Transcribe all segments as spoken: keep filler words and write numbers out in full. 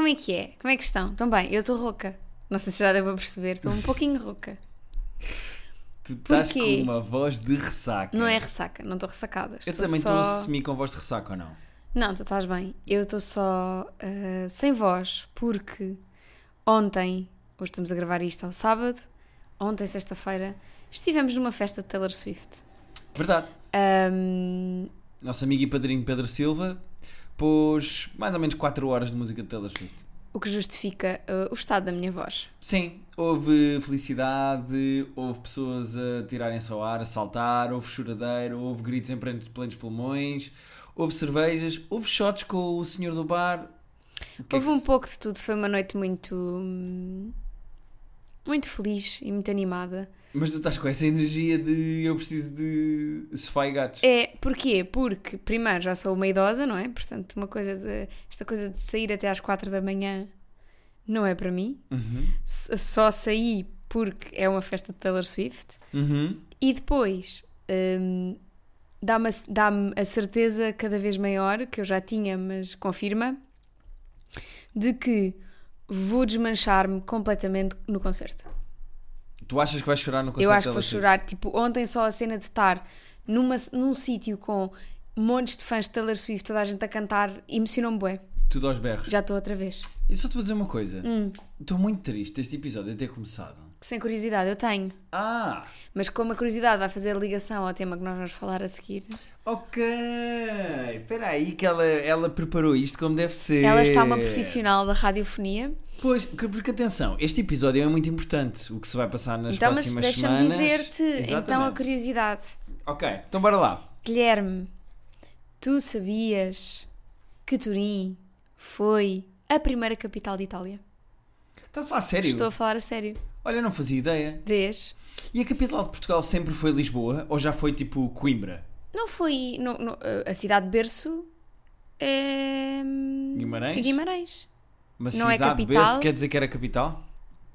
como é que é? Como é que estão? Estão bem? Eu estou rouca. Não sei se já deu para perceber, estou um pouquinho rouca. Tu estás Porquê? com uma voz de ressaca. Não é ressaca, não estou ressacada. Eu Estou também estou só... semi com voz de ressaca ou não? Não, tu estás bem. Eu estou só uh, sem voz, porque ontem, hoje estamos a gravar isto ao sábado, ontem, sexta-feira, estivemos numa festa de Taylor Swift. Verdade. Um, Nosso amigo e padrinho Pedro Silva pôs mais ou menos quatro horas de música de Taylor Swift. o que justifica uh, o estado da minha voz. Sim, houve felicidade, houve pessoas a tirarem-se ao ar, a saltar, houve choradeiro, houve gritos em plenos pulmões, houve cervejas, houve shots com o senhor do bar. Que Houve é que um se... pouco de tudo, foi uma noite muito, muito feliz e muito animada. Mas tu estás com essa energia de eu preciso de sofá e gatos. É, porquê? Porque, primeiro, já sou uma idosa, não é? Portanto, uma coisa de, esta coisa de sair até às quatro da manhã não é para mim. Uhum. Só saí porque é uma festa de Taylor Swift. Uhum. E depois hum, dá-me, a, dá-me a certeza cada vez maior, que eu já tinha, mas confirma, de que vou desmanchar-me completamente no concerto. Tu achas que vais chorar no concerto? Eu acho que Taylor vou Swift? chorar. Tipo, ontem só a cena de estar numa, num sítio com montes de fãs de Taylor Swift, toda a gente a cantar, emocionou-me bué. Tudo aos berros. Já estou outra vez. E só te vou dizer uma coisa. Hum. Estou muito triste deste episódio a ter começado. Sem curiosidade, eu tenho. Ah, Mas como a curiosidade vai fazer ligação ao tema que nós vamos falar a seguir, ok. Espera aí que ela, ela preparou isto como deve ser. ela está uma profissional da radiofonia. Pois, porque, porque atenção, este episódio é muito importante. O que se vai passar nas Então, mas próximas deixa-me semanas. dizer-te então a Exatamente. curiosidade. Ok, então bora lá. Guilherme, tu sabias que Turim foi a primeira capital de Itália? Estás a falar sério? Estou a falar a sério. Olha, não fazia ideia. Vês? E a capital de Portugal sempre foi Lisboa? Ou já foi tipo Coimbra? Não foi... no- no- a cidade de berço é... Guimarães? Guimarães. Uma Não é cidade de capital? berço quer dizer que era capital?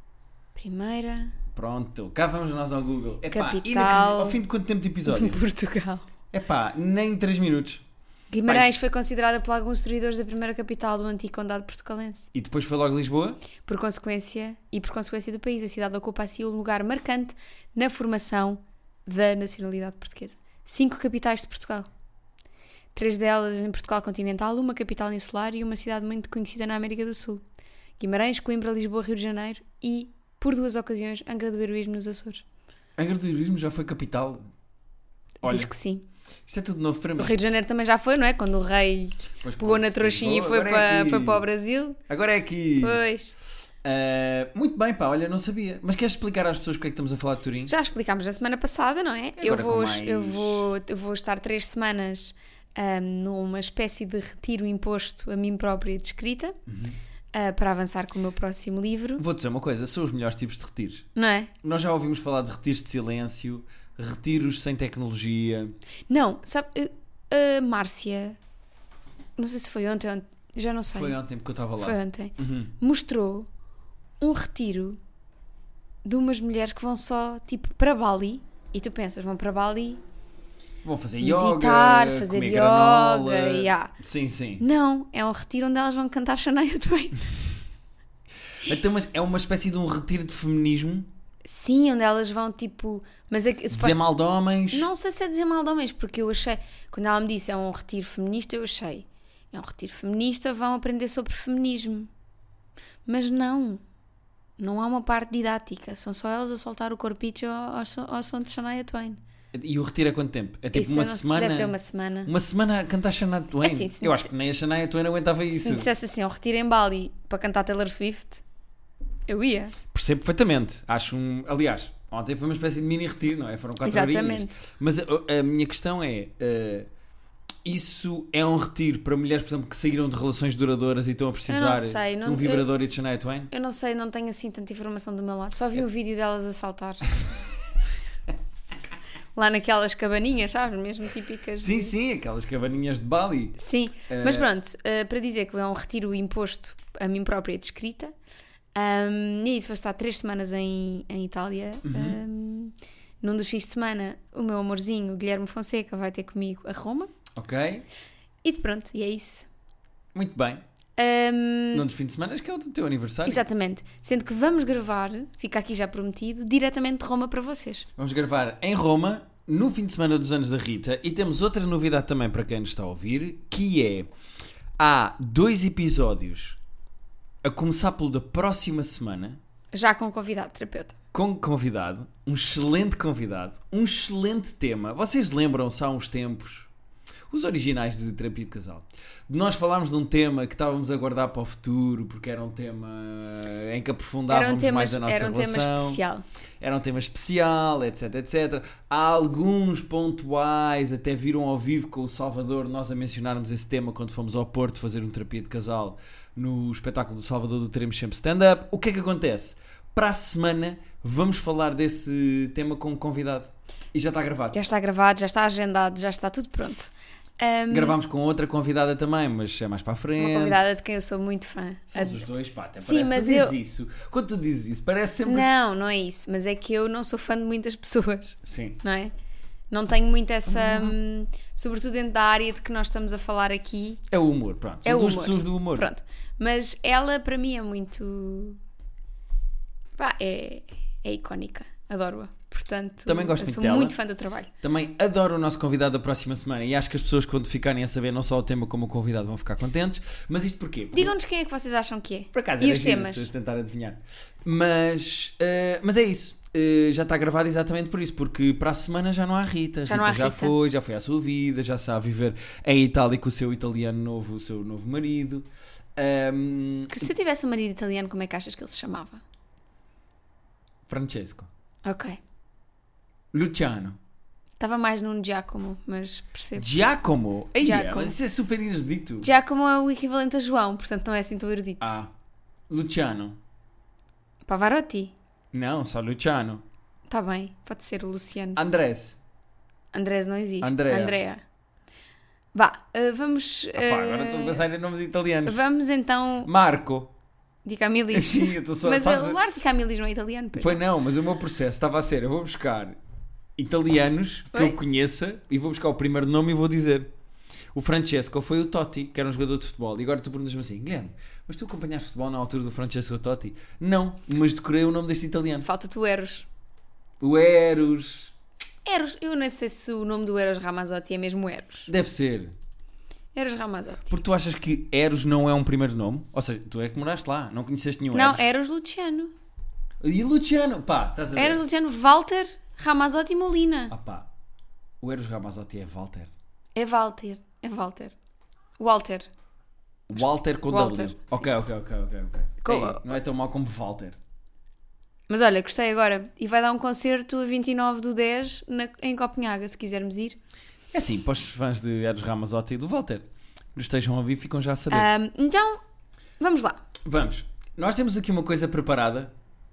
Primeira Pronto, cá vamos nós ao Google. Epá, Capital inacreditável. Ao fim de quanto tempo de de episódio? Portugal. Epá, nem três minutos. Guimarães Pai, foi considerada por alguns historiadores a primeira capital do antigo condado portucalense. E depois foi logo Lisboa? Por consequência, e por consequência do país, a cidade ocupa assim um lugar marcante na formação da nacionalidade portuguesa. Cinco capitais de Portugal. Três delas em Portugal continental, uma capital insular e uma cidade muito conhecida na América do Sul. Guimarães, Coimbra, Lisboa, Rio de Janeiro e, por duas ocasiões, Angra do Heroísmo nos Açores. Angra do Heroísmo já foi capital? Olha, Diz que sim. isto é tudo novo para mim. O Rio de Janeiro também já foi, não é? Quando o rei Pois, pegou pois, na trouxinha e Lisboa, foi agora é para, aqui. foi para o Brasil. Agora é aqui. Pois. Ah, muito bem, pá, olha, não sabia. Mas queres explicar às pessoas porque é que estamos a falar de Turim? Já explicámos na semana passada, não é? E Eu agora vou, com mais- eu, vou, eu vou estar três semanas ahm, numa espécie de retiro imposto a mim própria de escrita Uhum. ah, para avançar com o meu próximo livro, Vou dizer uma coisa, são os melhores tipos de retiros. não é? Nós já ouvimos falar de retiros de silêncio, retiros sem tecnologia. Não, sabe, a Márcia, não sei se foi ontem, ontem já não sei, Foi ontem porque eu estava lá. foi ontem, Uhum. mostrou um retiro de umas mulheres que vão só, tipo, para Bali, e tu pensas, vão para Bali Vão fazer meditar, yoga, fazer comer yoga, granola. yeah. Sim, sim. Não, é um retiro onde elas vão cantar Shania Twain. Então, mas é uma espécie de um retiro de feminismo. Sim, onde elas vão tipo. Mas é que Dizer suposto- mal de homens. não sei se é dizer mal de homens, porque eu achei. Quando ela me disse é um retiro feminista, eu achei. É um retiro feminista, vão aprender sobre feminismo. Mas não. Não há uma parte didática. São só elas a soltar o corpicho ao, ao, som- ao som de Shania Twain. E o retiro é quanto tempo? É tipo Isso uma eu não sei, semana? deve ser uma semana. Uma semana a cantar Shania Twain? Assim, se eu me acho que nem a Shania Twain aguentava Se isso. me dissesse assim, um retiro em Bali para cantar Taylor Swift, eu ia. Percebo perfeitamente. Acho um... Aliás, ontem foi uma espécie de mini retiro, não é? Foram quatro horinhas. Exatamente. Mas a, a minha questão é... uh, isso é um retiro para mulheres, por exemplo, que saíram de relações duradouras e estão a precisar sei, de não- um eu- vibrador e de Shania Twain? Eu não sei, não tenho assim tanta informação do meu lado. Só vi um vídeo delas a saltar. Lá naquelas cabaninhas, sabes? Mesmo típicas. Sim, de- sim, aquelas cabaninhas de Bali. Sim, Eh, mas pronto, eh, para dizer que é um retiro imposto a mim própria de escrita. Um, e isso, vou estar três semanas em, em Itália. Um, num dos fins de semana, o meu amorzinho, o Guilherme Fonseca, vai ter comigo a Roma. Ok, E de pronto, e é isso. muito bem. Um, Num dos fins de semana que é o do teu aniversário. exatamente. Sendo que vamos gravar, fica aqui já prometido, diretamente de Roma para vocês. Vamos gravar em Roma, no fim de semana dos anos da Rita, e temos outra novidade também para quem nos está a ouvir, que é, há dois episódios, a começar pelo da próxima semana, Já com convidado, terapeuta. com convidado, um excelente convidado, um excelente tema. Vocês lembram-se há uns tempos, os originais de Terapia de Casal, nós falámos de um tema que estávamos a guardar para o futuro, porque era um tema em que aprofundávamos Era um tema, mais a nossa era um relação. tema especial. Era um tema especial, etc, etcétera. Há alguns pontuais, até viram ao vivo com o Salvador, nós a mencionarmos esse tema quando fomos ao Porto fazer um Terapia de Casal no espetáculo do Salvador do Teremos Sempre Stand-Up. O que é que acontece? Para a semana vamos falar desse tema com um convidado. E já está gravado. Já está gravado, já está agendado, já está tudo pronto. Um, Gravámos com outra convidada também, mas é mais para a frente. Uma convidada de quem eu sou muito fã. Somos os dois, pá, até Sim, parece. mas tu dizes eu- isso. Quando tu dizes isso, parece sempre... Não, não é isso. Mas é que eu não sou fã de muitas pessoas, Sim. não é? Não tenho muito essa... hum, sobretudo dentro da área de que nós estamos a falar aqui. É o humor, pronto. São É o duas humor. pessoas do humor. Pronto. Mas ela, para mim, é muito... Pá, é, é icónica. Adoro-a. Portanto, Também gosto eu muito sou dela. muito fã do trabalho. Também adoro o nosso convidado da próxima semana e acho que as pessoas, quando ficarem a saber não só o tema como o convidado, vão ficar contentes. Mas isto porquê? Porque, Digam-nos quem é que vocês acham que é. por acaso, E era os giro temas. se tentar adivinhar. Mas, eh, mas é isso. Eh, já está gravado exatamente por isso, porque para a semana já não há Rita. Já Rita não há já Rita. foi, já foi à sua vida, já está a viver em Itália com o seu italiano novo, o seu novo marido. Ahm, Que se eu tivesse um marido italiano, como é que achas que ele se chamava? Francesco. Ok. Luciano. Estava mais num Giacomo, mas percebo. Giacomo. Ei, Giacomo. mas isso é super erudito. Giacomo é o equivalente a João, portanto não é assim tão erudito. Ah, Luciano. Pavarotti? Não, só Luciano. Está bem, pode ser o Luciano. Andrés. Andrés não existe. Andrea. Andrea. Vá, eh, vamos... Ah, pá, agora estou a eh, pensar em nomes italianos. Vamos então... Marco. Di Camilis. Sim, eu estou só... Mas sabes- o Marco Di Camilis não é italiano, pois Pois não, mas o meu processo estava a ser, eu vou buscar italianos que Oi? eu conheça e vou buscar o primeiro nome e vou dizer. O Francesco foi o Totti, que era um jogador de futebol. E agora tu perguntas-me assim, Guilherme, mas tu acompanhaste futebol na altura do Francesco Totti? Não, mas decorei o nome deste italiano. Falta-te o Eros. O Eros. Eros, eu não sei se o nome do Eros Ramazzotti é mesmo Eros. Deve ser. Eros Ramazzotti. Porque tu achas que Eros não é um primeiro nome? Ou seja, tu é que moraste lá, não conheceste nenhum Não, Eros. Eros Luciano. E Luciano, pá, estás a ver? Eros Luciano Walter Ramazzotti Molina. Ah pá, o Eros Ramazzotti é Walter. É Walter. É Walter. Walter. Walter com Walter, W. Ok, ok, ok, ok. ok. Com- Ei, não é tão mal como Walter. Mas olha, gostei agora. E vai dar um concerto a vinte e nove do dez na- em Copenhaga, se quisermos ir. É assim, para os fãs de Eros Ramazzotti e do Walter, nos estejam a ouvir, ficam já a saber. Ahm, então, vamos lá. Vamos. Nós temos aqui uma coisa preparada,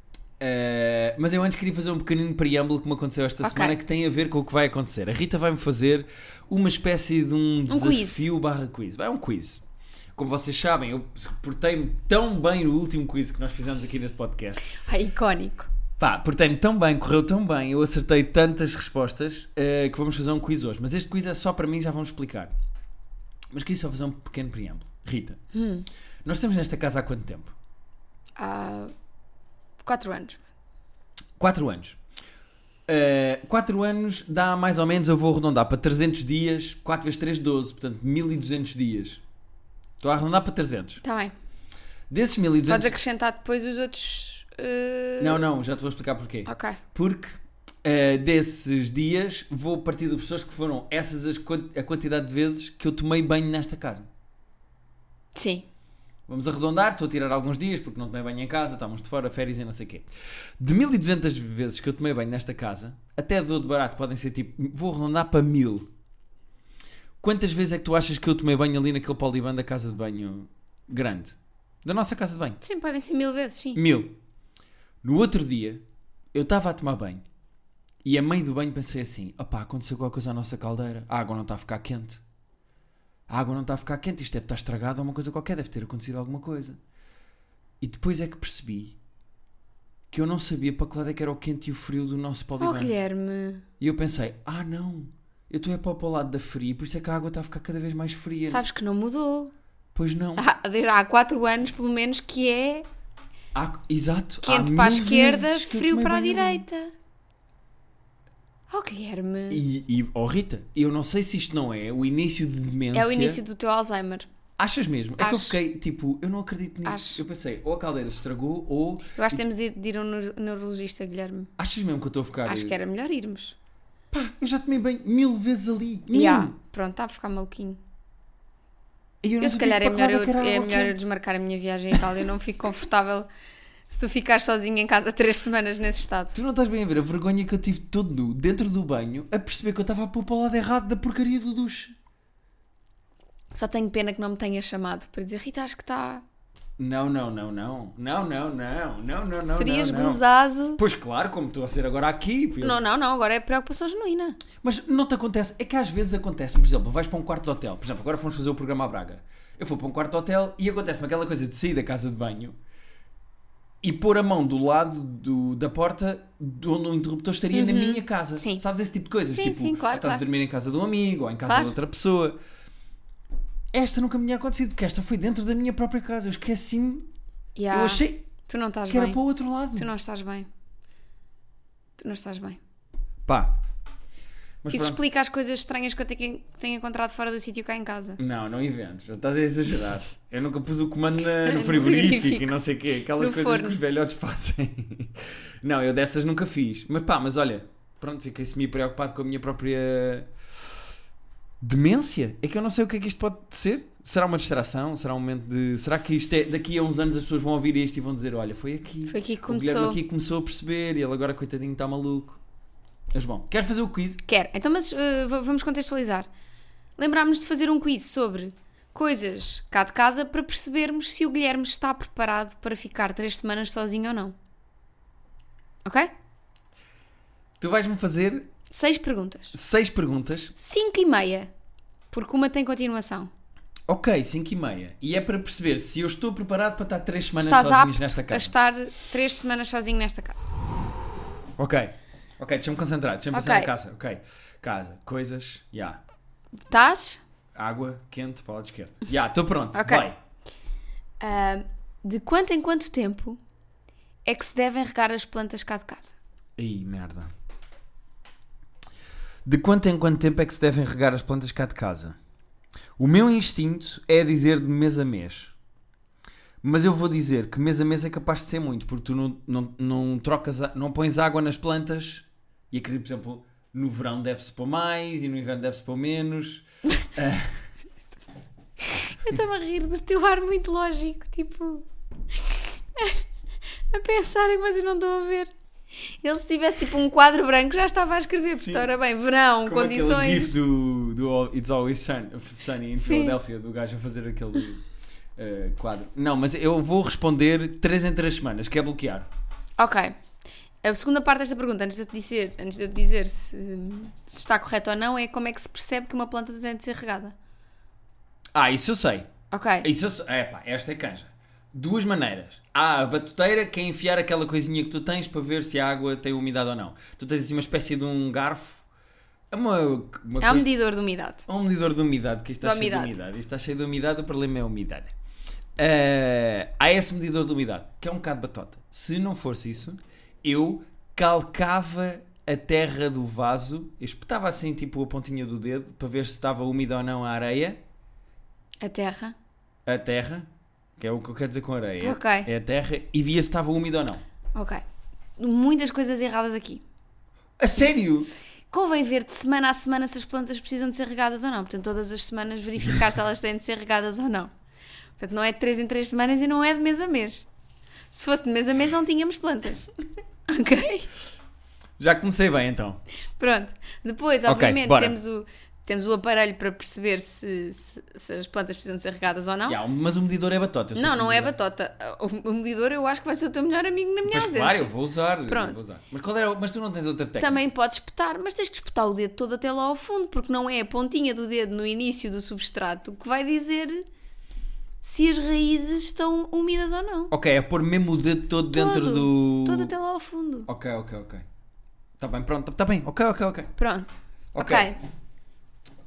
eh, mas eu antes queria fazer um pequenino preâmbulo que me aconteceu esta Ok. semana que tem a ver com o que vai acontecer. A Rita vai-me fazer uma espécie de um, quiz. desafio barra quiz. Vai um quiz. Como vocês sabem, eu portei-me tão bem no último quiz que nós fizemos aqui neste podcast. Ai, icónico. Pá, portei-me tão bem, correu tão bem, eu acertei tantas respostas eh, que vamos fazer um quiz hoje. Mas este quiz é só para mim, já vamos explicar. Mas queria só fazer um pequeno preâmbulo. Rita, Hum. nós estamos nesta casa há quanto tempo? Há quatro anos. Quatro anos. Uh, quatro anos dá mais ou menos, eu vou arredondar para trezentos dias, quatro vezes três, doze, portanto mil e duzentos dias. Estou a arredondar para trezentos. Está bem. Desses mil e Podes duzentos... acrescentar depois os outros... eh, Não, não, já te vou explicar porquê. Ok. Porque uh, desses dias vou partir de pessoas que foram essas as quant- a quantidade de vezes que eu tomei banho nesta casa. Sim. Vamos arredondar, estou a tirar alguns dias porque não tomei banho em casa, estávamos de fora, férias e não sei o quê. De mil e duzentas vezes que eu tomei banho nesta casa, até dou de barato, podem ser tipo, vou arredondar para mil. Quantas vezes é que tu achas que eu tomei banho ali naquele polibando da casa de banho grande? Da nossa casa de banho? Sim, podem ser mil vezes, sim. Mil. No outro dia, eu estava a tomar banho e a meio do banho pensei assim, opá, aconteceu qualquer coisa à nossa caldeira, a água não está a ficar quente. A água não está a ficar quente, isto deve estar estragado ou uma coisa qualquer, deve ter acontecido alguma coisa. E depois é que percebi que eu não sabia para que lado é que era o quente e o frio do nosso Oh, polibanho. Guilherme. E eu pensei, ah não, eu estou é para o lado da fria, por isso é que a água está a ficar cada vez mais fria. Sabes que não mudou. Pois não. Há, há quatro anos, pelo menos, que é Há, exato. quente há para a mil esquerda, vezes que eu frio tomei para a banho ali. direita. Oh, Guilherme. E, e oh Rita, eu não sei se isto não é o início de demência. É o início do teu Alzheimer. Achas mesmo? É que eu Acho. fiquei tipo, eu não acredito nisto. Acho. Eu pensei, ou a caldeira se estragou, ou. Eu acho que temos de ir, de ir a um neuro- neurologista, Guilherme. Achas mesmo que eu estou a ficar. Acho que era melhor irmos. Pá, eu já tomei bem mil vezes ali. Mil. Yeah. Pronto, está a ficar maluquinho. E eu não Eu se sabia calhar é para que melhor, lado eu, é que era é água melhor eu quente. desmarcar a minha viagem à Itália. Eu não fico confortável se tu ficares sozinho em casa três semanas nesse estado. Tu não estás bem a ver a vergonha que eu tive todo nu, dentro do banho, a perceber que eu estava a pôr para o lado errado da porcaria do duche. Só tenho pena que não me tenha chamado para dizer, Rita, acho que está... Não, não, não, não. Não, não, não. Não, não, não. Serias não, não. gozado. Pois claro, como estou a ser agora aqui. fui eu. Não, não, não, agora é preocupação genuína. Mas não te acontece, é que às vezes acontece, por exemplo, vais para um quarto de hotel, por exemplo, agora fomos fazer o programa à Braga. Eu fui para um quarto de hotel e acontece-me aquela coisa de sair da casa de banho e pôr a mão do lado do, da porta de onde o interruptor estaria na minha casa. Sim. Sabes esse tipo de coisas? Sim, tipo, sim, claro, ou estás claro. a dormir em casa de um amigo ou em casa Claro. de outra pessoa. Esta nunca me tinha acontecido, porque esta foi dentro da minha própria casa. Eu esqueci-me, Yeah. eu achei Tu não estás que era bem. para o outro lado. Tu não estás bem. Tu não estás bem. Pá. Mas Isso pronto. explica as coisas estranhas que eu tenho, tenho encontrado fora do sítio cá em casa. Não, não inventes, já estás a exagerar. Eu nunca pus o comando na- no No frigorífico frigorífico. e não sei o quê, aquelas No coisas forno. que os velhotes fazem. Não, eu dessas nunca fiz. Mas pá, mas olha, pronto, fiquei semi preocupado com a minha própria demência. É que eu não sei o que é que isto pode ser. Será uma distração? Será um momento de. Será que isto é. Daqui a uns anos as pessoas vão ouvir isto e vão dizer: olha, foi aqui. Foi aqui que O Guilherme começou. aqui começou a perceber e ele agora, coitadinho, está maluco. Mas bom, quero fazer o quiz. Quero. Então, mas uh, v- vamos contextualizar. Lembrámos de fazer um quiz sobre coisas cá de casa para percebermos se o Guilherme está preparado para ficar três semanas sozinho ou não. Ok? Tu vais-me fazer Seis perguntas. seis perguntas. Cinco e meia. Porque uma tem continuação. Ok, cinco e meia. E é para perceber se eu estou preparado para estar três semanas Estás sozinhos apto nesta a casa. estar três semanas sozinho nesta casa. Ok. Ok, deixa-me concentrar. Deixa-me Ok. pensar na casa. Ok. Casa, coisas, já. Estás? Água, quente, para o lado esquerdo. Já, estou pronto. Ok. Vai. Ah, de quanto em quanto tempo é que se devem regar as plantas cá de casa? Ih, merda. De quanto em quanto tempo é que se devem regar as plantas cá de casa? O meu instinto é dizer de mês a mês. Mas eu vou dizer que mês a mês é capaz de ser muito, porque tu não, não, não trocas, a- não pões água nas plantas e acredito, por exemplo, no verão deve-se pôr mais e no inverno deve-se pôr menos. Eu estou-me a rir do teu ar muito lógico, tipo... a pensar em que vocês não estão a ver. Ele se tivesse tipo um quadro branco já estava a escrever. Sim. Portanto, ora bem, verão, Como aquele condições... gif do, do It's Always Sun- Sunny in Sim. Philadelphia, do gajo a fazer aquele eh, quadro. Não, mas eu vou responder três em três semanas, que é bloquear. Ok. A segunda parte desta pergunta, antes de eu te dizer, antes de eu te dizer se, se está correto ou não, é como é que se percebe que uma planta tem de ser regada. Ah, isso eu sei. Ok. Isso eu sei. É pá, esta é canja. Duas maneiras. Há a batuteira, que é enfiar aquela coisinha que tu tens para ver se a água tem umidade ou não. Tu tens assim uma espécie de um garfo. É uma, uma É um coisa- medidor de umidade. É um medidor de umidade, que isto está De cheio umidade. de umidade. Isto está cheio de umidade, o problema é a umidade. Eh, há esse medidor de umidade, que é um bocado batota. Se não fosse isso, eu calcava a terra do vaso, eu espetava assim tipo a pontinha do dedo, para ver se estava úmida ou não a areia, A terra. a terra, que é o que eu quero dizer com areia. Ok. É a terra, e via se estava úmida ou não. Ok. Muitas coisas erradas aqui. A sério? Convém ver de semana a semana se as plantas precisam de ser regadas ou não. Portanto, todas as semanas verificar se elas têm de ser regadas ou não. Portanto, não é de três em três semanas e não é de mês a mês. Se fosse de mês a mês, não tínhamos plantas. Ok? Já comecei bem então. Pronto. Depois, Ok, obviamente, bora. temos, o, temos o aparelho para perceber se, se, se as plantas precisam de ser regadas ou não. Já, mas o medidor é batota. eu sei Não, que o não é medidor- batota. O, o medidor eu acho que vai ser o teu melhor amigo na minha Pois ausência. claro, eu vou usar. eu Pronto. vou usar. Mas, qual era, mas tu não tens outra técnica? Também podes espetar, mas tens que espetar o dedo todo até lá ao fundo, porque não é a pontinha do dedo no início do substrato que vai dizer se as raízes estão úmidas ou não. Ok, é pôr mesmo o dedo todo, dentro Todo, do... Todo até lá ao fundo. Ok, ok, ok. Está bem, pronto, está bem. Ok, ok, ok. Pronto. Ok. Ok.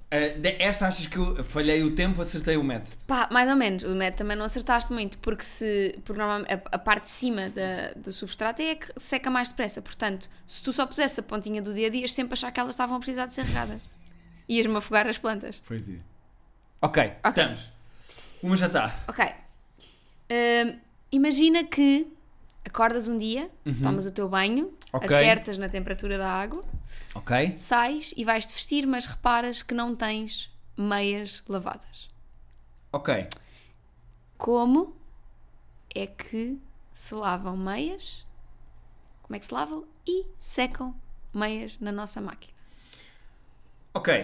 Uh, de- esta achas que eu falhei o tempo, acertei o método? Pá, mais ou menos. O método também não acertaste muito, porque se porque normalmente a, a parte de cima da, do substrato é a que seca mais depressa. Portanto, se tu só pusesse a pontinha do dia a dia, ias sempre achar que elas estavam a precisar de ser regadas. Ias-me afogar as plantas. Pois é. Ok, Ok. estamos. Uma já está. Ok. Hum, imagina que acordas um dia, tomas o teu banho, Ok. acertas na temperatura da água, Ok. sais e vais-te vestir, mas reparas que não tens meias lavadas. Ok. Como é que se lavam meias? Como é que se lavam e secam meias na nossa máquina? Ok.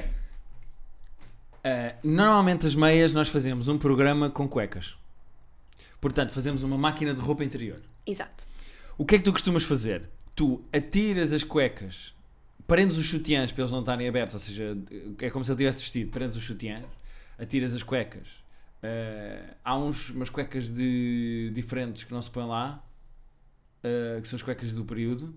Uh, normalmente as meias nós fazemos um programa com cuecas. Portanto, fazemos uma máquina de roupa interior. Exato. O que é que tu costumas fazer? Tu atiras as cuecas, prendes os sutiãs para eles não estarem abertos, ou seja, é como se ele tivesse vestido, prendes os sutiãs, atiras as cuecas. Uh, há uns, umas cuecas de, diferentes que não se põem lá, uh, que são as cuecas do período,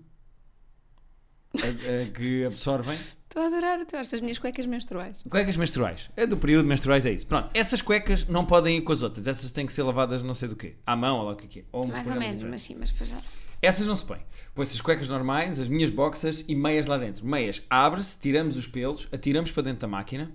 uh, uh, que absorvem. Estou a adorar tu as minhas cuecas menstruais. Cuecas menstruais. É do período menstruais, é isso. Pronto, essas cuecas não podem ir com as outras. Essas têm que ser lavadas não sei do quê. À mão ou lá o que é que é. Ou um Mais ou programa menos, diferente. mas sim, mas depois já. Essas não se põem. Põe-se as cuecas normais, as minhas boxers e meias lá dentro. Meias abre-se, tiramos os pelos, atiramos para dentro da máquina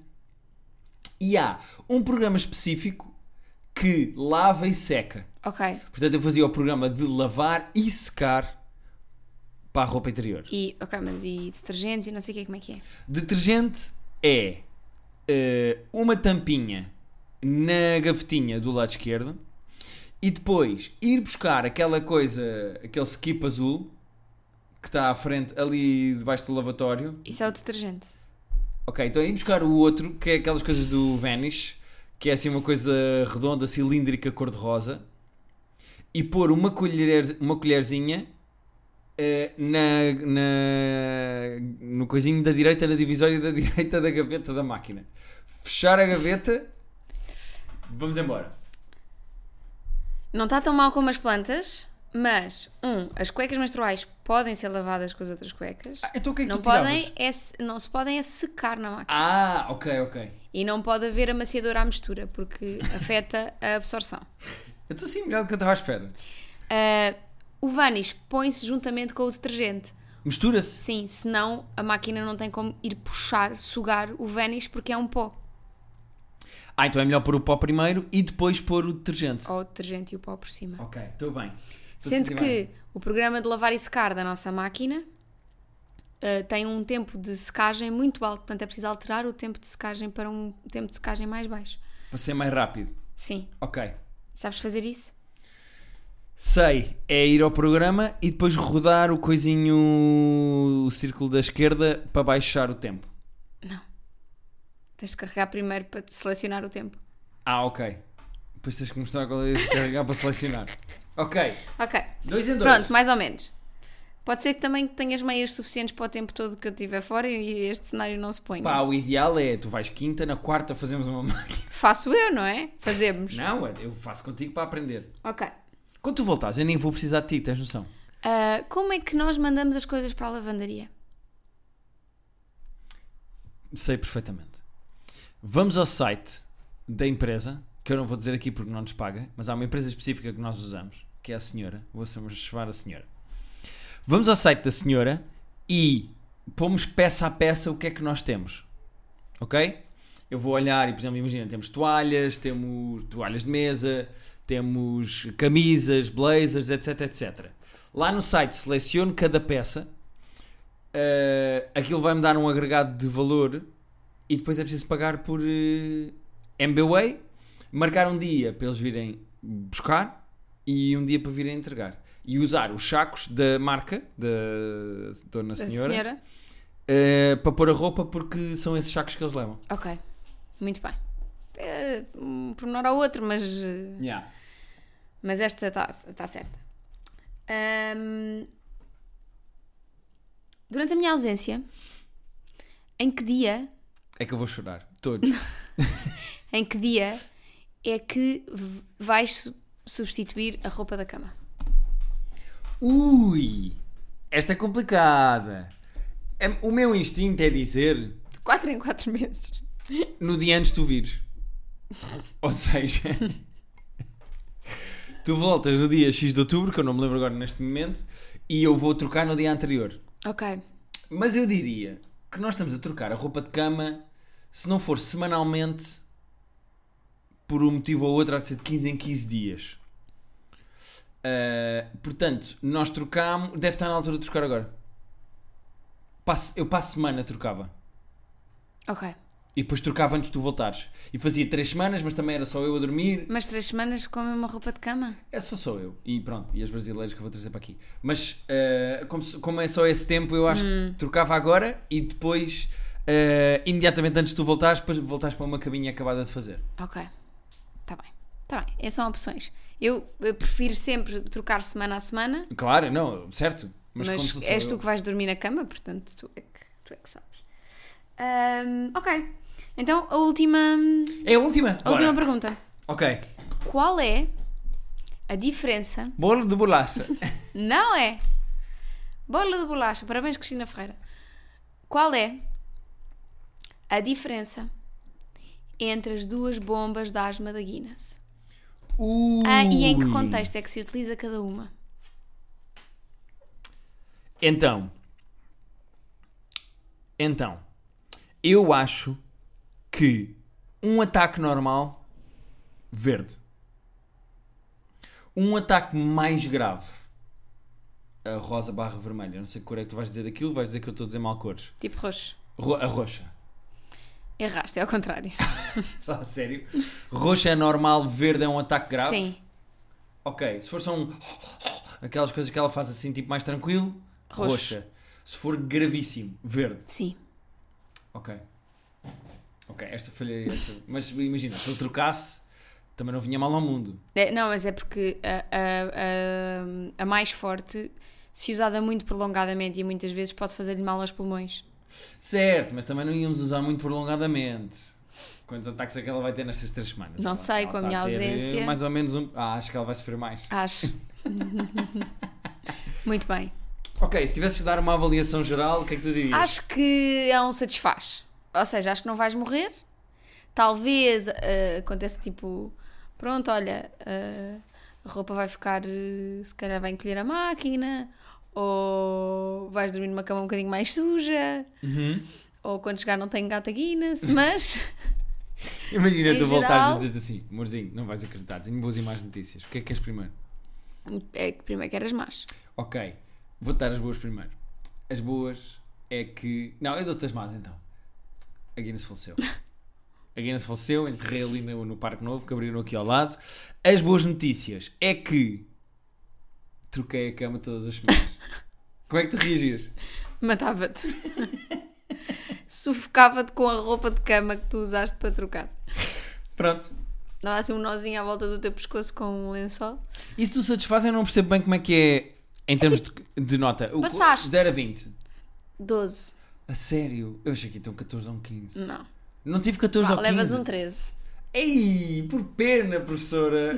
e há um programa específico que lava e seca. Ok. Portanto, eu fazia o programa de lavar e secar para a roupa interior. E, ok, mas e detergentes e não sei o que, como é que é? Detergente é uh, uma tampinha na gavetinha do lado esquerdo e depois ir buscar aquela coisa, aquele skip azul que está à frente ali debaixo do lavatório. Isso é o detergente. Ok, então ir buscar o outro, que é aquelas coisas do Vanish, que é assim uma coisa redonda, cilíndrica, cor-de-rosa, e pôr uma, colher, uma colherzinha uh, na, na, no coisinho da direita, na divisória da direita da gaveta da máquina. Fechar a gaveta, vamos embora. Não está tão mal como as plantas, mas, um, as cuecas menstruais podem ser lavadas com as outras cuecas. Ah, então o que é que não, tu tiravas? podem é, não se podem é secar na máquina. Ah, ok, ok. E não pode haver amaciador à mistura, porque afeta a absorção. Eu estou assim melhor do que eu estava à espera. Uh, o Vanish põe-se juntamente com o detergente. Mistura-se? Sim, senão a máquina não tem como ir puxar, sugar o Vanish, porque é um pó. Ah, então é melhor pôr o pó primeiro e depois pôr o detergente. Ou o detergente e o pó por cima. Ok, estou bem. Estou Sendo a sentir que bem. o programa de lavar e secar da nossa máquina uh, tem um tempo de secagem muito alto, portanto é preciso alterar o tempo de secagem para um tempo de secagem mais baixo. Para ser mais rápido. Sim. Ok. Sabes fazer isso? Sei, é ir ao programa e depois rodar o coisinho, o círculo da esquerda para baixar o tempo. Não. Tens de carregar primeiro para selecionar o tempo. Ah, ok. Depois tens que mostrar qual é de carregar para selecionar. Ok. Ok. Dois em dois. Pronto, mais ou menos. Pode ser que também tenhas meias suficientes para o tempo todo que eu estiver fora e este cenário não se ponha. Pá, o ideal é tu vais quinta, na quarta fazemos uma máquina. Faço eu, não é? Fazemos. Não, eu faço contigo para aprender. Ok. Quando tu voltares, eu nem vou precisar de ti, tens noção? Uh, como é que nós mandamos as coisas para a lavandaria? Sei perfeitamente. Vamos ao site da empresa, que eu não vou dizer aqui porque não nos paga, mas há uma empresa específica que nós usamos, que é a senhora. Vou chamar a senhora. Vamos ao site da senhora e pomos peça a peça o que é que nós temos. Ok? Eu vou olhar e, por exemplo, imagina, temos toalhas, temos toalhas de mesa, temos camisas, blazers, etc, etcétera. Lá no site seleciono cada peça, uh, aquilo vai-me dar um agregado de valor e depois é preciso pagar por uh, M B W A Y, marcar um dia para eles virem buscar e um dia para virem entregar. E usar os sacos da marca, da Dona Da Senhora, senhora? uh, para pôr a roupa porque são esses sacos que eles levam. Ok. Muito bem. É, um pormenor ao outro, mas, uh, Yeah. mas esta está tá certa. Um, durante a minha ausência, em que dia, É que eu vou chorar. Todos. em que dia é que v- vais su- substituir a roupa da cama? Ui! Esta é complicada. É- O meu instinto é dizer... De quatro em quatro meses. no dia antes de tu vires. Ou seja, tu voltas no dia X de outubro, que eu não me lembro agora neste momento, e eu vou trocar no dia anterior. Ok. Mas eu diria que nós estamos a trocar a roupa de cama, se não for semanalmente, por um motivo ou outro, há de ser de quinze em quinze dias. Uh, portanto, nós trocámos. Deve estar na altura de trocar agora. Passo, eu para a semana trocava. Ok. E depois trocava antes de tu voltares. E fazia três semanas, mas também era só eu a dormir. Mas três semanas com a mesma roupa de cama? É só só eu. E pronto, e as brasileiras que eu vou trazer para aqui. Mas uh, como, como é só esse tempo, eu acho hum. que trocava agora e depois, uh, imediatamente antes de tu voltares, depois voltares para uma cabinha acabada de fazer. Ok. Está bem. Está bem. Essas são opções. Eu, eu prefiro sempre trocar semana a semana. Claro, não, certo. Mas, Mas como se sou és eu... tu que vais dormir na cama, portanto, tu é que, tu é que sabes. Um, ok. Então, a última... É a última? A Bora. última pergunta. Ok. Qual é a diferença... Bolo de bolacha. Não é? Bolo de bolacha. Parabéns, Cristina Ferreira. Qual é a diferença entre as duas bombas de asma da Guinness? Ui. Ah, e em que contexto é que se utiliza cada uma? Então. Então. Eu acho que um ataque normal, verde. Um ataque mais grave, a rosa barra vermelha. Não sei que cor é que tu vais dizer daquilo, vais dizer que eu estou a dizer mal cores. Tipo roxo. Ro- a roxa. Erraste, é ao contrário. Ah, sério? Roxa é normal, verde é um ataque grave? Sim. Ok, se for só um... aquelas coisas que ela faz assim, tipo mais tranquilo, Roxo. roxa. Se for gravíssimo, verde. Sim. Ok. Ok, esta falhei. Esta... Mas imagina, se eu trocasse, também não vinha mal ao mundo. É, não, mas é porque a, a, a, a mais forte, se usada muito prolongadamente e muitas vezes, pode fazer-lhe mal aos pulmões. Certo, mas também não íamos usar muito prolongadamente. Quantos ataques é que ela vai ter nestas três semanas? Não Ela- sei, ela com a está minha ter, eh, ausência. Mais ou menos um. Ah, acho que ela vai sofrer mais. Acho. Muito bem. Ok, se tivesses de dar uma avaliação geral, o que é que tu dirias? Acho que é um satisfaz. Ou seja, acho que não vais morrer. Talvez uh, aconteça tipo, pronto, olha, uh, a roupa vai ficar, uh, se calhar vai encolher a máquina, ou vais dormir numa cama um bocadinho mais suja, Uhum. ou quando chegar não tenho gata Guinness, mas Imagina Em tu voltares geral- a dizer assim, amorzinho, não vais acreditar, tenho boas e más notícias. O que é que queres primeiro? é que primeiro que eras más. Ok, vou-te dar as boas primeiro. As boas é que... Não, eu dou-te as más então. A Guinness faleceu. A Guinness faleceu, enterrei ali no, no Parque Novo, que abriram aqui ao lado. As boas notícias é que troquei a cama todas as semanas. Como é que tu reagias? Matava-te. Sufocava-te com a roupa de cama que tu usaste para trocar. Pronto. Dava assim um nozinho à volta do teu pescoço com um lençol. E se tu satisfazem, eu não percebo bem como é que é em termos de, de nota. O- Passaste. zero a vinte. doze. A sério? Eu achei que então catorze ou um quinze. Não. Não tive catorze Vá, ou quinze. levas um treze. Ei, por pena, professora.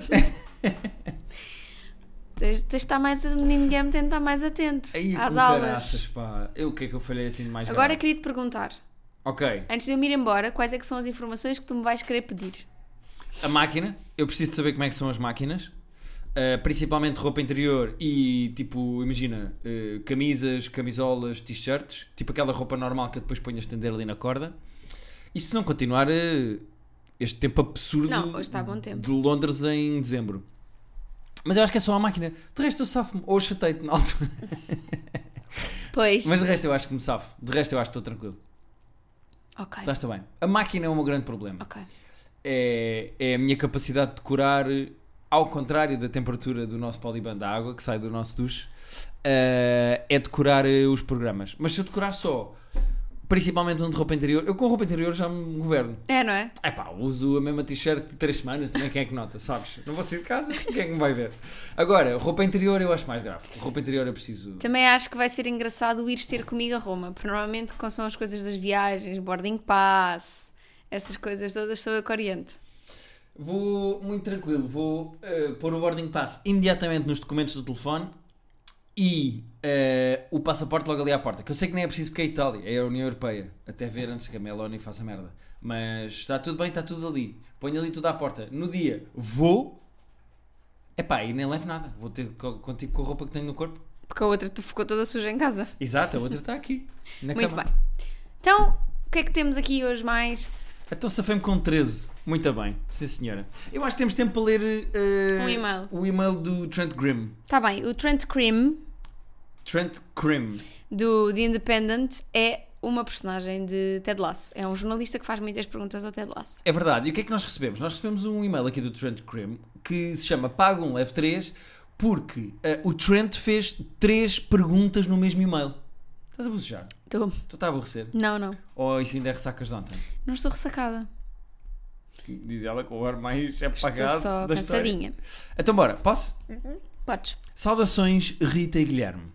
Tens, tens de estar mais... O menino Guilherme tem de estar mais atento Ei, às com aulas. caraças, pá. Eu, o que é que eu falhei assim de mais Agora grave? queria-te perguntar, Ok. antes de eu me ir embora, quais é que são as informações que tu me vais querer pedir? A máquina. Eu preciso de saber como é que são as máquinas. Uh, principalmente roupa interior e, tipo, imagina, uh, camisas, camisolas, t-shirts. Tipo aquela roupa normal que eu depois ponho a estender ali na corda. E se não continuar uh, este tempo absurdo Não, hoje está bom tempo. de Londres em dezembro. Mas eu acho que é só a máquina. De resto eu safo-me. Ou chatei-te na altura. Pois. Mas de resto eu acho que me safo. De resto eu acho que estou tranquilo. Ok. Estás bem. A máquina é o meu grande problema. Ok. É, é a minha capacidade de decorar, ao contrário da temperatura do nosso poliband da água que sai do nosso duche, uh, é decorar uh, os programas. Mas se eu decorar só, principalmente um de roupa interior, eu com roupa interior já me governo. É, não é? É pá, uso a mesma t-shirt de três semanas, também quem é que nota, sabes? Não vou sair de casa, quem é que me vai ver? Agora, roupa interior eu acho mais grave. Roupa interior eu preciso... Também acho que vai ser engraçado ires ter comigo a Roma, porque normalmente quando são as coisas das viagens, boarding pass, essas coisas todas, sou eu que oriento. Vou muito tranquilo, vou uh, pôr o boarding pass imediatamente nos documentos do telefone e uh, o passaporte logo ali à porta, que eu sei que nem é preciso porque é a Itália, é a União Europeia, até ver antes que a Meloni faça merda. Mas está tudo bem, está tudo ali. Ponho ali tudo à porta. No dia, vou... Epá, e nem levo nada. Vou ter co- contigo com a roupa que tenho no corpo. Porque a outra tu ficou toda suja em casa. Exato, a outra está aqui. Na Muito cama. bem. Então, o que é que temos aqui hoje mais? Então safei-me com treze. Muito bem. Sim, senhora. Eu acho que temos tempo para ler eh, Um e-mail. o e-mail do Trent Grimm. Está bem, o Trent Grimm, Trent Grimm. do The Independent, é uma personagem de Ted Lasso. É um jornalista que faz muitas perguntas ao Ted Lasso. É verdade. E o que é que nós recebemos? Nós recebemos um e-mail aqui do Trent Grimm que se chama Paga um, Leve três, porque eh, o Trent fez três perguntas no mesmo e-mail. Estás a bocejar? Estou. Tu está a aborrecer? Não, não. Ou isso ainda é ressacas de ontem? Não estou ressacada. Diz ela com o ar mais Estou apagado só da história. cansadinha. Então bora, posso? Podes. Saudações Rita e Guilherme.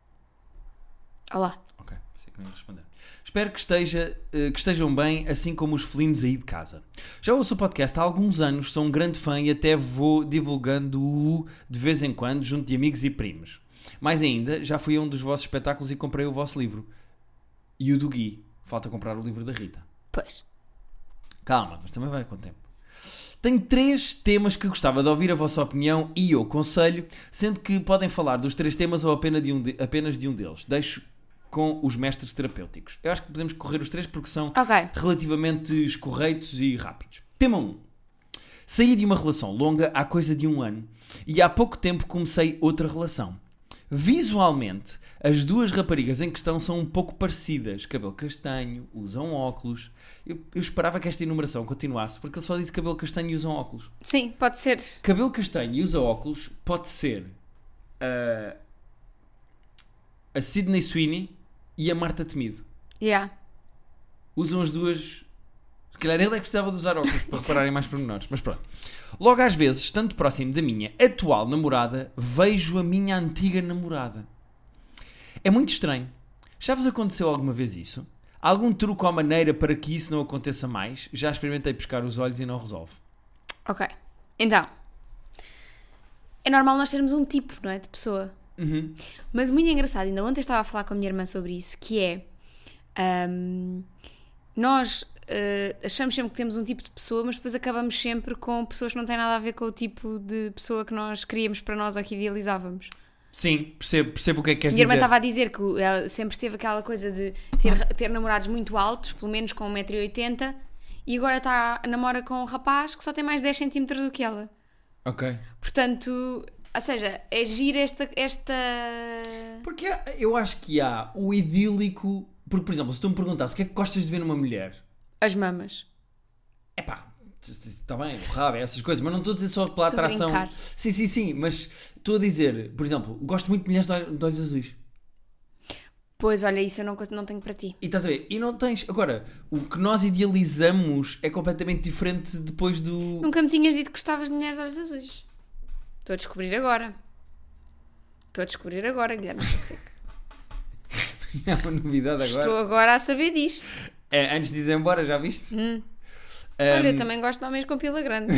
Olá. Ok, sei que não ia responder. Espero que, esteja, eh, que estejam bem, assim como os felinos aí de casa. Já ouço o podcast há alguns anos, sou um grande fã e até vou divulgando-o de vez em quando junto de amigos e primos. Mais ainda, já fui a um dos vossos espetáculos e comprei o vosso livro. E o do Gui. Falta comprar o livro da Rita. Pois. Calma, mas também vai com o tempo. Tenho três temas que gostava de ouvir a vossa opinião e ou conselho, sendo que podem falar dos três temas ou apenas de um, de, apenas de um deles. Deixo com os mestres terapêuticos. Eu acho que podemos correr os três porque são Ok. relativamente escorreitos e rápidos. Tema um. Saí de uma relação longa há coisa de um ano e há pouco tempo comecei outra relação. Visualmente, as duas raparigas em questão são um pouco parecidas. Cabelo castanho, usam óculos. Eu, eu esperava que esta enumeração continuasse porque ele só disse cabelo castanho e usam óculos. Sim, pode ser. Cabelo castanho e usa óculos pode ser uh, a Sydney Sweeney e a Marta Temido. Yeah. Usam as duas. Se calhar ele é que precisava de usar óculos para repararem mais pormenores. Mas pronto. Logo às vezes, estando próximo da minha atual namorada, vejo a minha antiga namorada. É muito estranho. Já vos aconteceu alguma vez isso? Há algum truque ou maneira para que isso não aconteça mais? Já experimentei pescar os olhos e não resolve. Ok. Então. É normal nós termos um tipo, não é? De pessoa. Uhum. Mas muito engraçado, ainda ontem estava a falar com a minha irmã sobre isso, que é... hum, nós uh, achamos sempre que temos um tipo de pessoa, mas depois acabamos sempre com pessoas que não têm nada a ver com o tipo de pessoa que nós queríamos para nós ou que idealizávamos. Sim, percebo, percebo o que é que queres Minha irmã dizer. estava a dizer que ela sempre teve aquela coisa de ter, ter namorados muito altos, pelo menos com um metro e oitenta, e agora está, namora com um rapaz que só tem mais dez centímetros do que ela. Ok. Portanto, ou seja, é gira esta... esta... Porque há- eu acho que há o idílico... Porque, por exemplo, se tu me perguntasses o que é que gostas de ver numa mulher... As mamas. Epá, está bem, o rabo, essas coisas, mas não estou a dizer só pela Estou a atração. brincar. Sim, sim, sim, mas estou a dizer, por exemplo, gosto muito de mulheres de olhos, de olhos azuis. Pois, olha, isso eu não, não tenho para ti. E estás a ver? E não tens. Agora, o que nós idealizamos é completamente diferente depois do. Nunca me tinhas dito que gostavas de mulheres de olhos azuis. Estou a descobrir agora. Estou a descobrir agora, Guilherme Fonseca. É uma novidade agora. Estou agora a saber disto. É, antes de ir embora, já viste? Hum. Um, Olha, eu também gosto de homens com pila grande.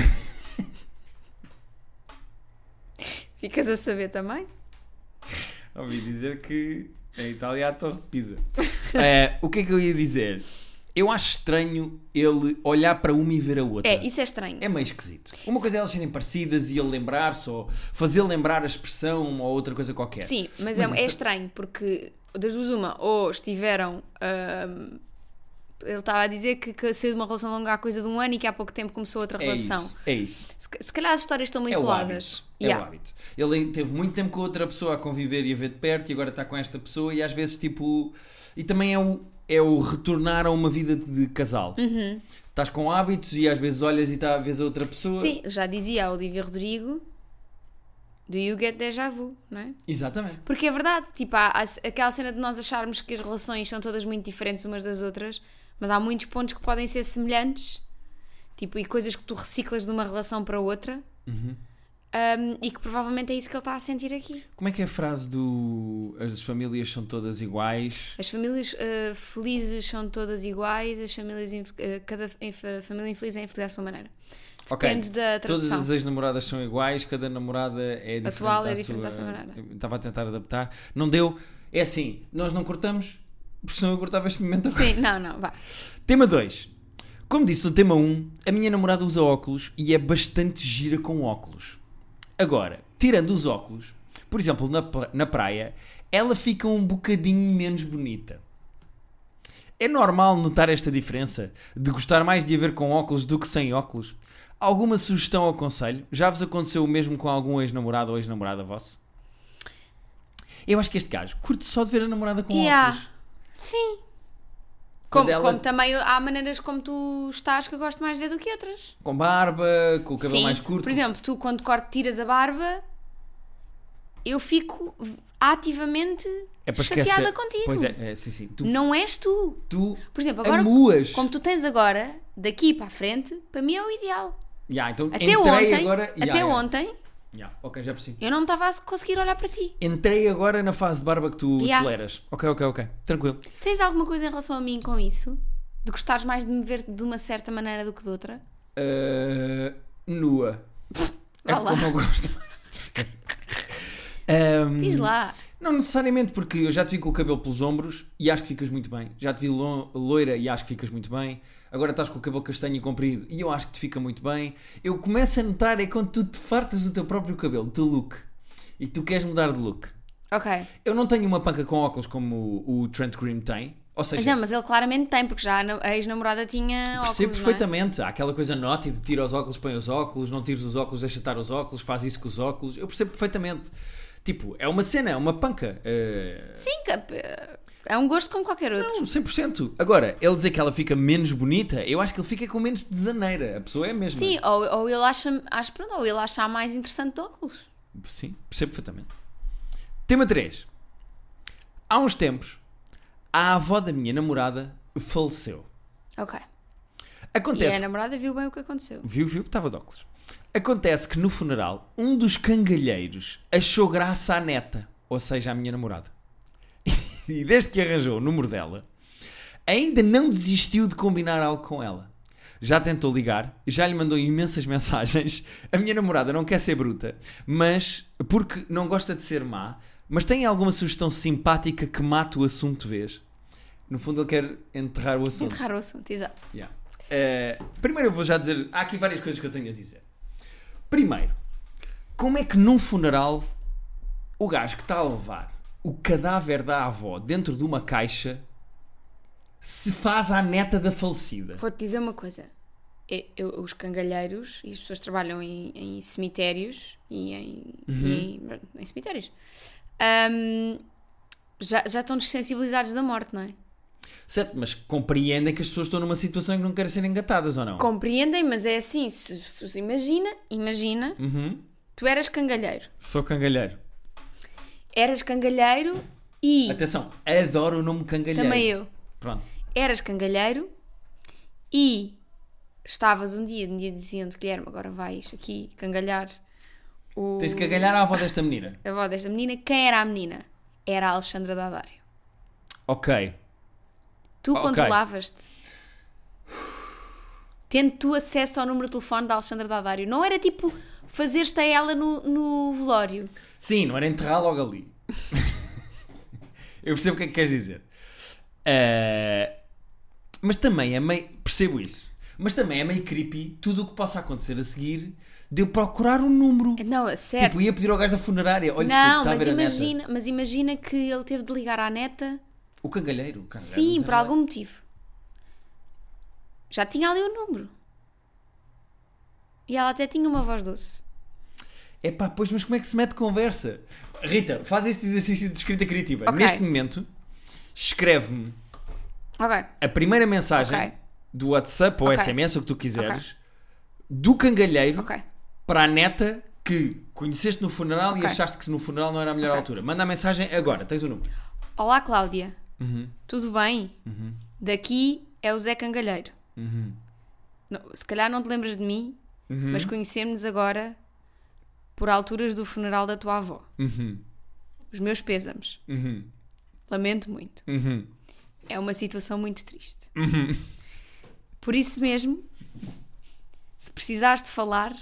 Ficas a saber também? Ouvi dizer que em Itália há a Torre de Pisa. É, o que é que eu ia dizer? Eu acho estranho ele olhar para uma e ver a outra. É, isso é estranho. É meio esquisito. Uma coisa é elas serem parecidas e ele lembrar-se ou fazer lembrar a expressão uma ou outra coisa qualquer. Sim, mas, Mas é, isso é tá- estranho porque das duas uma, ou estiveram... hum, ele estava a dizer que, que saiu de uma relação longa há coisa de um ano e que há pouco tempo começou outra É relação. isso, é isso. Se, se calhar as histórias estão muito É o coladas. hábito. É Yeah. o hábito. Ele teve muito tempo com outra pessoa a conviver e a ver de perto e agora está com esta pessoa e às vezes tipo... E também é o, é o retornar a uma vida de, de casal. Uhum. Estás com hábitos e às vezes olhas e tá, vês a outra pessoa. Sim, já dizia a Olivia Rodrigo, do you get déjà vu, não é? Exatamente. Porque é verdade, tipo, há, há aquela cena de nós acharmos que as relações são todas muito diferentes umas das outras, mas há muitos pontos que podem ser semelhantes, tipo, e coisas que tu reciclas de uma relação para outra, Uhum. um, e que provavelmente é isso que ele está a sentir aqui. Como é que é a frase do as famílias são todas iguais? As famílias uh, felizes são todas iguais, as famílias inf- uh, cada inf- família infeliz é infeliz à sua maneira. Depende Ok. da Todas tradução. as ex-namoradas são iguais, cada namorada é diferente. Atual é à diferente sua... à sua maneira. Eu estava a tentar adaptar. Não deu. É assim, nós não cortamos, porque senão eu cortava este momento agora. Sim, não, não, vá. Tema dois. Como disse no tema um, a minha namorada usa óculos e é bastante gira com óculos. Agora, tirando os óculos, por exemplo, na, pra- na praia, ela fica um bocadinho menos bonita. É normal notar esta diferença de gostar mais de a ver com óculos do que sem óculos? Alguma sugestão ou conselho? Já vos aconteceu o mesmo com algum ex-namorado ou ex-namorada vosso? Eu acho que este gajo curte só de ver a namorada com Yeah. óculos. Sim. Quando Como, ela- como também há maneiras como tu estás que eu gosto mais de ver do que outras. Com barba, com o cabelo Sim. mais curto. Por exemplo, tu quando corte, tiras a barba, eu fico ativamente É para chateada esquecer. contigo. Pois é, é, sim, sim. Tu, Não és tu. tu Por exemplo, agora, amuas. como tu tens agora, daqui para a frente, para mim é o ideal. Yeah, então Até entrei ontem, agora... até Yeah, yeah. ontem, Yeah, ok, já percebi. eu não me estava a conseguir olhar para ti. Entrei agora na fase de barba que tu Yeah. toleras. Ok, ok, ok. Tranquilo. Tens alguma coisa em relação a mim com isso? De gostares mais de me ver de uma certa maneira do que de outra? Uh, nua. É Vá lá. como eu gosto mais. Um, Diz lá. Não necessariamente, porque eu já te vi com o cabelo pelos ombros e acho que ficas muito bem. Já te vi lo- loira e acho que ficas muito bem. Agora estás com o cabelo castanho e comprido e eu acho que te fica muito bem. Eu começo a notar é quando tu te fartas do teu próprio cabelo, do teu look, e tu queres mudar de look. Ok. Eu não tenho uma panca com óculos como o, o Trent Grimm tem. Ou seja, Não, mas ele claramente tem, porque já a na- a ex-namorada tinha óculos, percebo não é? perfeitamente. Há aquela coisa naughty de tira os óculos, põe os óculos, não tires os óculos, deixa estar os óculos, faz isso com os óculos. Eu percebo perfeitamente. Tipo, é uma cena, é uma panca. É... Sim, que- é um gosto como qualquer outro. Não, cem por cento. Agora, ele dizer que ela fica menos bonita, eu acho que ele fica com menos desaneira. A pessoa é a mesma. Sim, ou, ou ele acha, acho, pronto, ou ele acha mais interessante de óculos. Sim, percebo perfeitamente. Tema três. Há uns tempos, a avó da minha namorada faleceu. Ok. Acontece... E a namorada viu bem o que aconteceu. Viu, viu que estava de óculos. Acontece que no funeral, um dos cangalheiros achou graça à neta, ou seja, à minha namorada. E desde que arranjou o número dela, ainda não desistiu de combinar algo com ela. Já tentou ligar, já lhe mandou imensas mensagens. A minha namorada não quer ser bruta, mas porque não gosta de ser má, mas tem alguma sugestão simpática que mate o assunto de vez? No fundo ele quer enterrar o assunto. Enterrar o assunto, exato. Yeah. Uh, primeiro eu vou já dizer, há aqui várias coisas que eu tenho a dizer. Primeiro, como é que num funeral o gajo que está a levar o cadáver da avó dentro de uma caixa se faz à neta da falecida? Vou-te dizer uma coisa. Eu- eu- os cangalheiros e as pessoas que trabalham em, em cemitérios e em, Uhum. e em, em cemitérios ahm, já, já estão desensibilizados da morte, não é? Certo, mas compreendem que as pessoas estão numa situação em que não querem ser engatadas ou não? Compreendem, mas é assim, se, se imagina, imagina, Uhum. tu eras cangalheiro. Sou cangalheiro. Eras cangalheiro e Atenção, adoro o nome cangalheiro. também eu. Pronto. Eras cangalheiro e estavas um dia, um dia dizendo, Guilherme, agora vais aqui cangalhar o... Tens de cagalhar a avó desta menina. a avó desta menina. Quem era a menina? Era a Alexandra Daddario. Ok. Tu Ok. controlavas-te. Tendo tu acesso ao número de telefone da Alexandra Daddario. Não era tipo fazer-te a ela no, no velório. Sim, não era enterrar logo ali. Eu percebo o que é que queres dizer. Uh, mas também é meio... Percebo isso. Mas também é meio creepy tudo o que possa acontecer a seguir de eu procurar um número. Não, certo. Tipo, ia pedir ao gajo da funerária. Olha, não, desculpa, está mas a ver a neta. imagina, mas imagina que ele teve de ligar à neta. O cangalheiro. O cangalheiro Sim, não tem por nada. algum motivo. Já tinha ali o número. E ela até tinha uma voz doce. Epá, pois, mas como é que se mete conversa? Rita, faz este exercício de escrita criativa. Ok. Neste momento, escreve-me Ok. a primeira mensagem Ok. do WhatsApp ou Ok. S M S, ou o que tu quiseres, do cangalheiro Ok. para a neta que conheceste no funeral e Ok. achaste que no funeral não era a melhor Ok. altura. Manda a mensagem agora, tens o número. Olá, Cláudia. Uhum. Tudo bem? Uhum. Daqui é o Zé Cangalheiro. Uhum. Não, se calhar não te lembras de mim, Uhum. mas conhecemos-nos agora por alturas do funeral da tua avó. Uhum. Os meus pêsames. Uhum. Lamento muito. Uhum. É uma situação muito triste. Uhum. Por isso mesmo, se precisares de falar,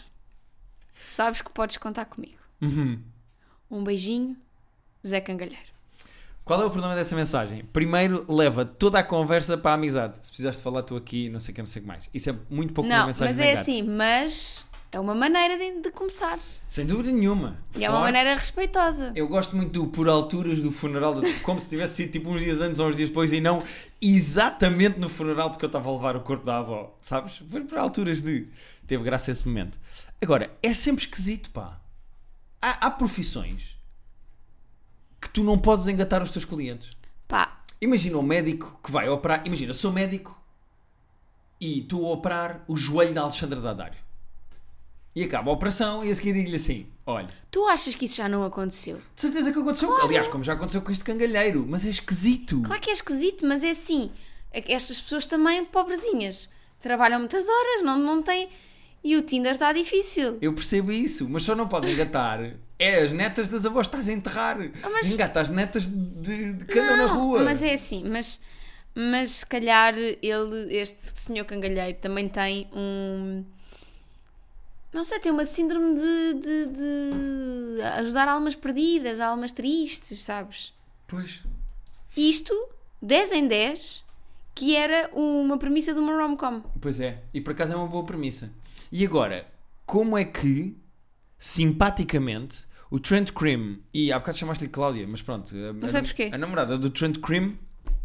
sabes que podes contar comigo. Uhum. Um beijinho, Zé Cangalheiro. Qual é o problema dessa mensagem? Primeiro, leva toda a conversa para a amizade. Se precisaste falar, estou aqui, não sei o que, não sei o que mais. Isso é muito pouco uma Não, mensagem mas é de assim, mas é uma maneira de, de começar. Sem dúvida nenhuma. E é uma Forte. maneira respeitosa. Eu gosto muito do por alturas do funeral, de, como se tivesse sido tipo uns dias antes ou uns dias depois e não exatamente no funeral porque eu estava a levar o corpo da avó. Sabes? Foi por alturas de... Teve graça esse momento. Agora, é sempre esquisito, pá. Há, há profissões que tu não podes engatar os teus clientes. Pá, Imagina um médico que vai operar. Imagina, sou médico e estou a operar o joelho da Alexandra Daddario. E acaba a operação e a seguir digo-lhe assim: olha, tu achas que isso já não aconteceu? de certeza que aconteceu. Claro. Aliás, como já aconteceu com este cangalheiro, mas é esquisito. Claro que é esquisito, mas é assim. Estas pessoas também, pobrezinhas, trabalham muitas horas, não, não têm... E o Tinder está difícil. Eu percebo isso, mas só não podem engatar. É as netas das avós que estás a enterrar. Ah, mas... Engata as netas de, de que andam na Não, rua. mas é assim, mas, mas se calhar ele, este senhor cangalheiro, também tem um... Não sei, tem uma síndrome de, de, de ajudar almas perdidas, almas tristes, sabes? Pois. Isto, dez em dez, que era uma premissa de uma rom-com. Pois é. E por acaso é uma boa premissa. E agora, como é que, simpaticamente, o Trent Cream, e há bocado chamaste-lhe Cláudia, mas pronto, a, Não sei porquê. a namorada do Trent Cream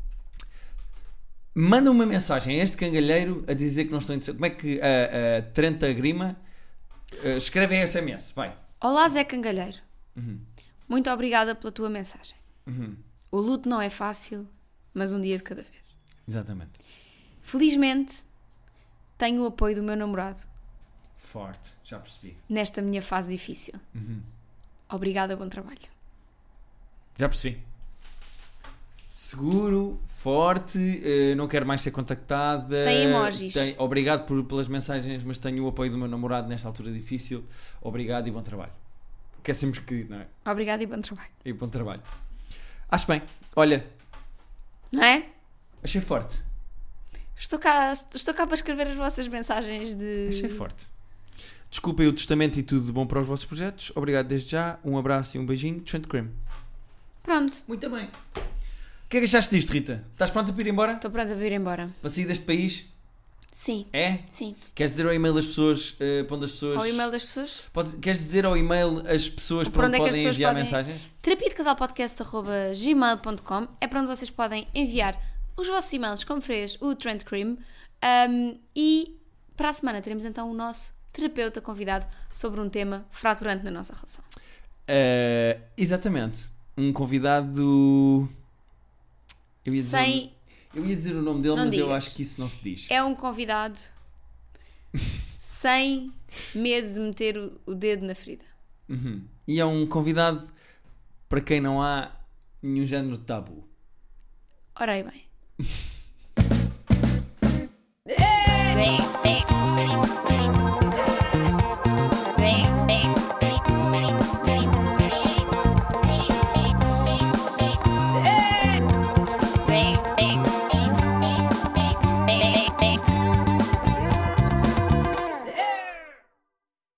manda uma mensagem a este cangalheiro a dizer que não estão interessados. Como é que a, a Trent Grima uh, escreve em S M S? Vai. Olá, Zé Cangalheiro. Uhum. Muito obrigada pela tua mensagem. Uhum. O luto não é fácil, mas um dia de cada vez. Exatamente. Felizmente, tenho o apoio do meu namorado Forte, já percebi. nesta minha fase difícil. Uhum. Obrigada, bom trabalho. Já percebi. Seguro, forte, uh, não quero mais ser contactada. Sem emojis. Tem- obrigado por, pelas mensagens, mas tenho o apoio do meu namorado nesta altura difícil. Obrigado e bom trabalho. Que é sempre esquisito, não é? Obrigada e bom trabalho. E bom trabalho. Acho bem. Olha, Não é? achei forte. Estou cá, estou cá para escrever as vossas mensagens de... Achei forte. Desculpem o testamento e tudo de bom para os vossos projetos. Obrigado desde já. Um abraço e um beijinho. Trent Cream. Pronto, Muito bem. O que é que achaste disto, Rita? Estás pronta para ir embora? estou pronta para ir embora. Para sair deste país? Sim, É? sim. Queres dizer ao e-mail das pessoas, uh, para onde as pessoas... Ao e-mail das pessoas? Podes- Queres dizer ao e-mail as pessoas Por para onde onde é que as podem pessoas enviar podem- mensagens? terapia de casal podcast arroba gmail ponto com é para onde vocês podem enviar os vossos e-mails, como fez o Trent Cream. Um, e para a semana teremos então o nosso terapeuta convidado sobre um tema fraturante na nossa relação. Uh, exatamente. Um convidado... Eu ia dizer, Sem... o... eu ia dizer o nome dele, Não mas eu digas. acho que isso não se diz. É um convidado sem medo de meter o, o dedo na ferida. Uhum. E é um convidado para quem não há nenhum género de tabu. Ora aí bem.